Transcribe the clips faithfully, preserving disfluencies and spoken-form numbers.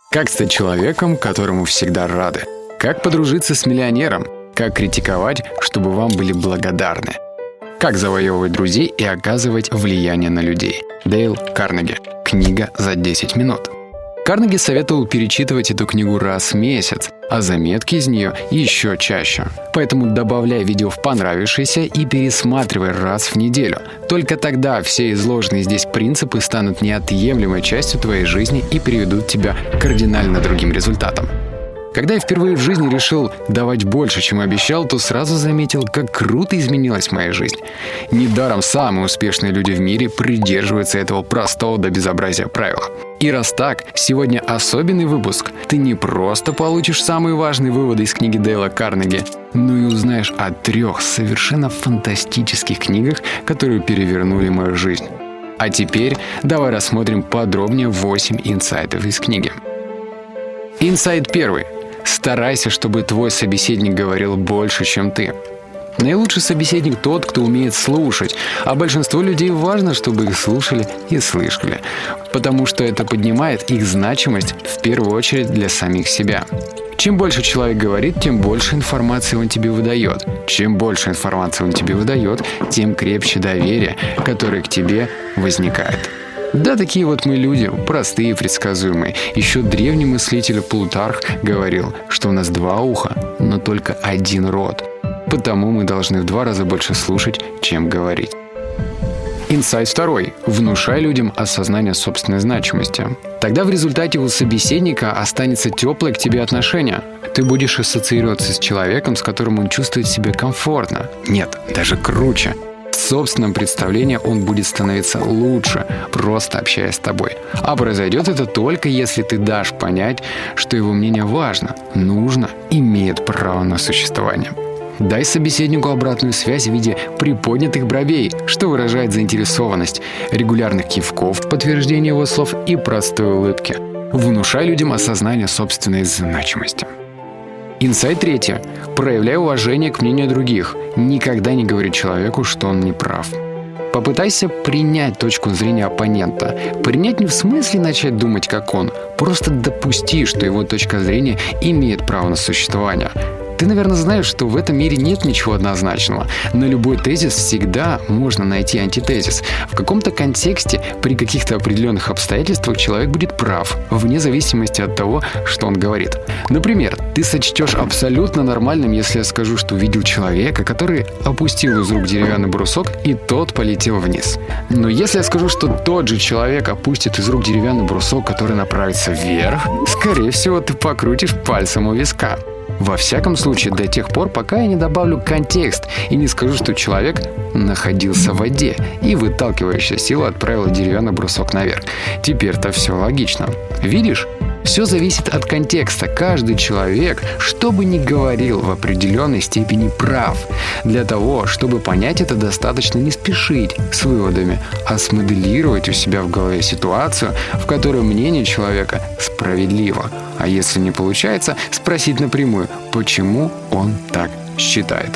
Как стать человеком, которому всегда рады? Как подружиться с миллионером? Как критиковать, чтобы вам были благодарны? Как завоевывать друзей и оказывать влияние на людей? Дейл Карнеги. Книга за десять минут. Карнеги советовал перечитывать эту книгу раз в месяц, а заметки из нее еще чаще. Поэтому добавляй видео в понравившиеся и пересматривай раз в неделю. Только тогда все изложенные здесь принципы станут неотъемлемой частью твоей жизни и приведут тебя к кардинально другим результатам. Когда я впервые в жизни решил давать больше, чем обещал, то сразу заметил, как круто изменилась моя жизнь. Недаром самые успешные люди в мире придерживаются этого простого до безобразия правила. И раз так, сегодня особенный выпуск. Ты не просто получишь самые важные выводы из книги Дейла Карнеги, но и узнаешь о трех совершенно фантастических книгах, которые перевернули мою жизнь. А теперь давай рассмотрим подробнее восемь инсайтов из книги. Инсайт первый. Старайся, чтобы твой собеседник говорил больше, чем ты. Наилучший собеседник тот, кто умеет слушать, а большинству людей важно, чтобы их слушали и слышали, потому что это поднимает их значимость в первую очередь для самих себя. Чем больше человек говорит, тем больше информации он тебе выдает. Чем больше информации он тебе выдает, тем крепче доверие, которое к тебе возникает. Да, такие вот мы люди, простые и предсказуемые. Еще древний мыслитель Плутарх говорил, что у нас два уха, но только один рот. Потому мы должны в два раза больше слушать, чем говорить. Инсайт второй. Внушай людям осознание собственной значимости. Тогда в результате у собеседника останется теплое к тебе отношение. Ты будешь ассоциироваться с человеком, с которым он чувствует себя комфортно. Нет, даже круче. В собственном представлении он будет становиться лучше, просто общаясь с тобой. А произойдет это только если ты дашь понять, что его мнение важно, нужно, имеет право на существование. Дай собеседнику обратную связь в виде приподнятых бровей, что выражает заинтересованность, регулярных кивков в подтверждение его слов и простой улыбки. Внушай людям осознание собственной значимости. Инсайт третий. Проявляй уважение к мнению других. Никогда не говори человеку, что он не прав. Попытайся принять точку зрения оппонента. Принять не в смысле начать думать, как он. Просто допусти, что его точка зрения имеет право на существование. Ты, наверное, знаешь, что в этом мире нет ничего однозначного. На любой тезис всегда можно найти антитезис. В каком-то контексте, при каких-то определенных обстоятельствах человек будет прав, вне зависимости от того, что он говорит. Например, ты сочтешь абсолютно нормальным, если я скажу, что видел человека, который опустил из рук деревянный брусок, и тот полетел вниз. Но если я скажу, что тот же человек опустит из рук деревянный брусок, который направится вверх, скорее всего, ты покрутишь пальцем у виска. Во всяком случае, до тех пор, пока я не добавлю контекст и не скажу, что человек находился в воде, и выталкивающая сила отправила деревянный брусок наверх. Теперь-то все логично. Видишь? Все зависит от контекста. Каждый человек, что бы ни говорил, в определенной степени прав. Для того, чтобы понять это, достаточно не спешить с выводами, а смоделировать у себя в голове ситуацию, в которой мнение человека справедливо. А если не получается, спросить напрямую, почему он так считает.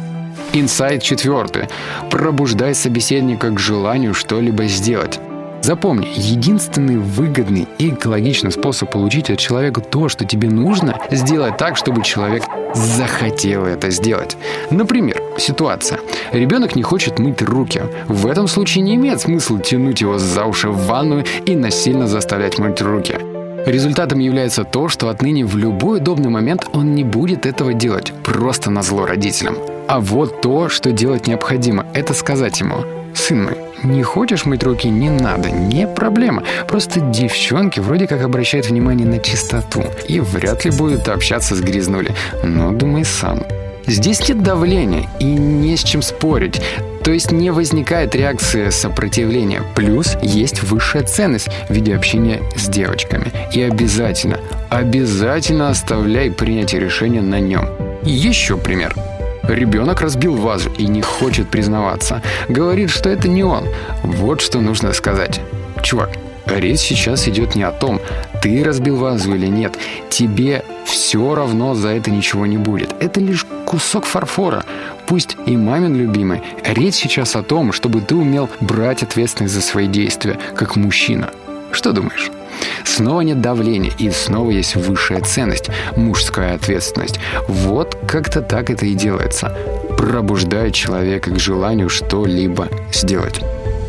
Инсайт четвертый. Пробуждай собеседника к желанию что-либо сделать. Запомни, единственный выгодный и экологичный способ получить от человека то, что тебе нужно, сделать так, чтобы человек захотел это сделать. Например, ситуация. Ребенок не хочет мыть руки. В этом случае не имеет смысла тянуть его за уши в ванную и насильно заставлять мыть руки. Результатом является то, что отныне в любой удобный момент он не будет этого делать, просто назло родителям. А вот то, что делать необходимо, это сказать ему: «Сын мой, не хочешь мыть руки? Не надо, не проблема. Просто девчонки вроде как обращают внимание на чистоту и вряд ли будут общаться с грязнули. Но думай сам». Здесь нет давления и не с чем спорить. То есть не возникает реакции сопротивления. Плюс есть высшая ценность в виде общения с девочками. И обязательно, обязательно оставляй принятие решения на нем. Еще пример. Ребенок разбил вазу и не хочет признаваться. Говорит, что это не он. Вот что нужно сказать. Чувак, речь сейчас идет не о том, ты разбил вазу или нет. Тебе все равно за это ничего не будет. Это лишь кусок фарфора. Пусть и мамин любимый. Речь сейчас о том, чтобы ты умел брать ответственность за свои действия, как мужчина. Что думаешь? Снова нет давления, и снова есть высшая ценность – мужская ответственность. Вот как-то так это и делается. Пробуждает человека к желанию что-либо сделать.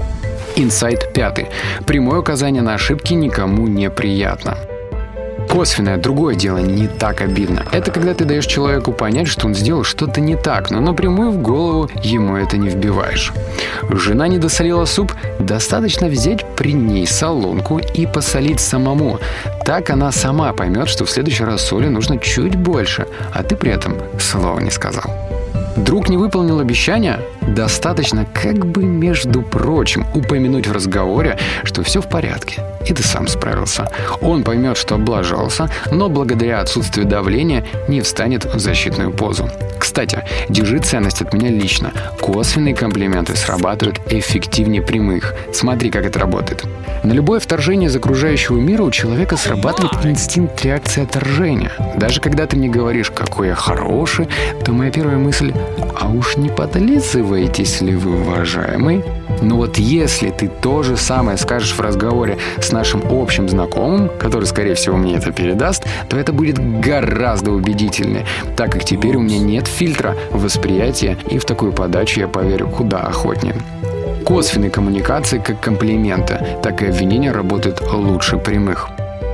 Инсайт пятый. Прямое указание на ошибки никому не приятно. Косвенное, другое дело, не так обидно. Это когда ты даешь человеку понять, что он сделал что-то не так, но напрямую в голову ему это не вбиваешь. Жена не досолила суп, достаточно взять при ней солонку и посолить самому. Так она сама поймет, что в следующий раз соли нужно чуть больше, а ты при этом слова не сказал. Друг не выполнил обещания? Достаточно, как бы между прочим, упомянуть в разговоре, что все в порядке, и ты сам справился. Он поймет, что облажался, но благодаря отсутствию давления не встанет в защитную позу. Кстати, держи ценность от меня лично. Косвенные комплименты срабатывают эффективнее прямых. Смотри, как это работает. На любое вторжение из окружающего мира у человека срабатывает инстинкт реакции отторжения. Даже когда ты мне говоришь, какой я хороший, то моя первая мысль: а уж не подлизываетесь ли вы, уважаемый? Но вот если ты то же самое скажешь в разговоре с нашим общим знакомым, который, скорее всего, мне это передаст, то это будет гораздо убедительнее, так как теперь у меня нет фильтра восприятия, и в такую подачу я поверю куда охотнее. Косвенные коммуникации, как комплименты, так и обвинения работают лучше прямых.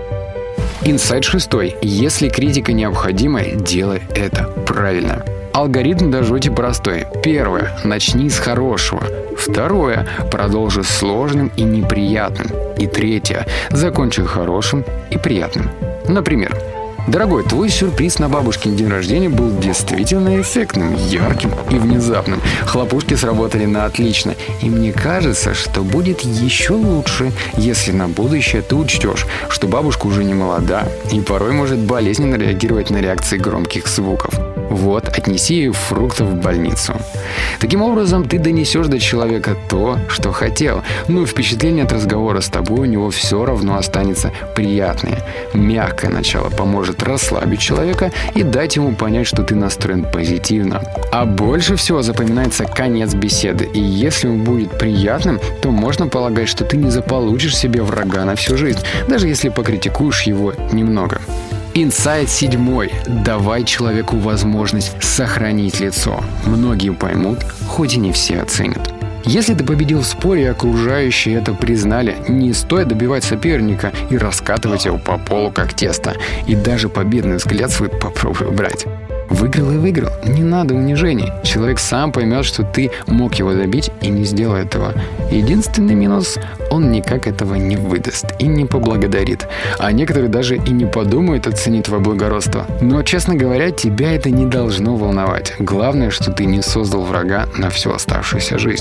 Инсайт шестой. Если критика необходима, делай это правильно. Алгоритм до жути простой. Первое. Начни с хорошего. Второе. Продолжи с сложным и неприятным. И третье. Закончи хорошим и приятным. Например: дорогой, твой сюрприз на бабушкин день рождения был действительно эффектным, ярким и внезапным. Хлопушки сработали на отлично. И мне кажется, что будет еще лучше, если на будущее ты учтешь, что бабушка уже не молода и порой может болезненно реагировать на реакции громких звуков. Вот, отнеси ей фруктов в больницу. Таким образом, ты донесешь до человека то, что хотел, но впечатление от разговора с тобой у него все равно останется приятное. Мягкое начало поможет расслабить человека и дать ему понять, что ты настроен позитивно. А больше всего запоминается конец беседы, и если он будет приятным, то можно полагать, что ты не заполучишь себе врага на всю жизнь, даже если покритикуешь его немного. Инсайт седьмой. Давай человеку возможность сохранить лицо. Многие поймут, хоть и не все оценят. Если ты победил в споре, и окружающие это признали, не стоит добивать соперника и раскатывать его по полу как тесто. И даже победный взгляд свой попробуй убрать. Выиграл и выиграл. Не надо унижений. Человек сам поймет, что ты мог его добить, и не сделал этого. Единственный минус – он никак этого не выдаст и не поблагодарит. А некоторые даже и не подумают оценить твое благородство. Но, честно говоря, тебя это не должно волновать. Главное, что ты не создал врага на всю оставшуюся жизнь.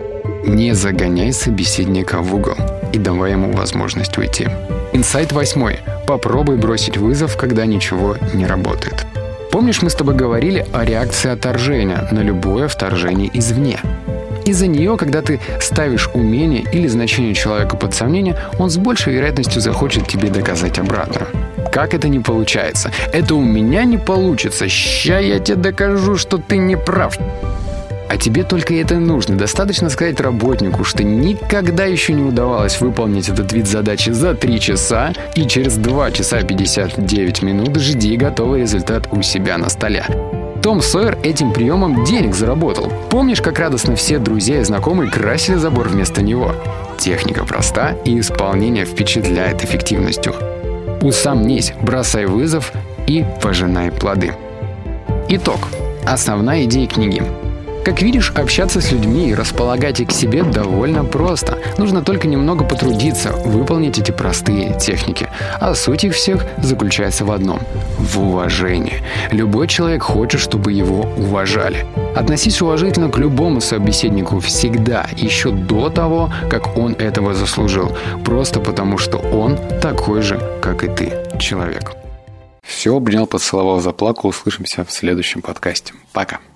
Не загоняй собеседника в угол и давай ему возможность уйти. Инсайт восьмой. Попробуй бросить вызов, когда ничего не работает. Помнишь, мы с тобой говорили о реакции отторжения на любое вторжение извне? Из-за нее, когда ты ставишь умение или значение человека под сомнение, он с большей вероятностью захочет тебе доказать обратное. Как это не получается? Это у меня не получится. Ща я тебе докажу, что ты не прав. А тебе только это нужно. Достаточно сказать работнику, что никогда еще не удавалось выполнить этот вид задачи за три часа, и через два часа пятьдесят девять минут жди готовый результат у себя на столе. Том Сойер этим приемом денег заработал. Помнишь, как радостно все друзья и знакомые красили забор вместо него? Техника проста, и исполнение впечатляет эффективностью. Усомнись, бросай вызов и пожинай плоды. Итог. Основная идея книги. Как видишь, общаться с людьми и располагать их к себе довольно просто. Нужно только немного потрудиться, выполнить эти простые техники. А суть их всех заключается в одном – в уважении. Любой человек хочет, чтобы его уважали. Относись уважительно к любому собеседнику всегда, еще до того, как он этого заслужил. Просто потому, что он такой же, как и ты, человек. Все, обнял, поцеловал, заплакал. Услышимся в следующем подкасте. Пока.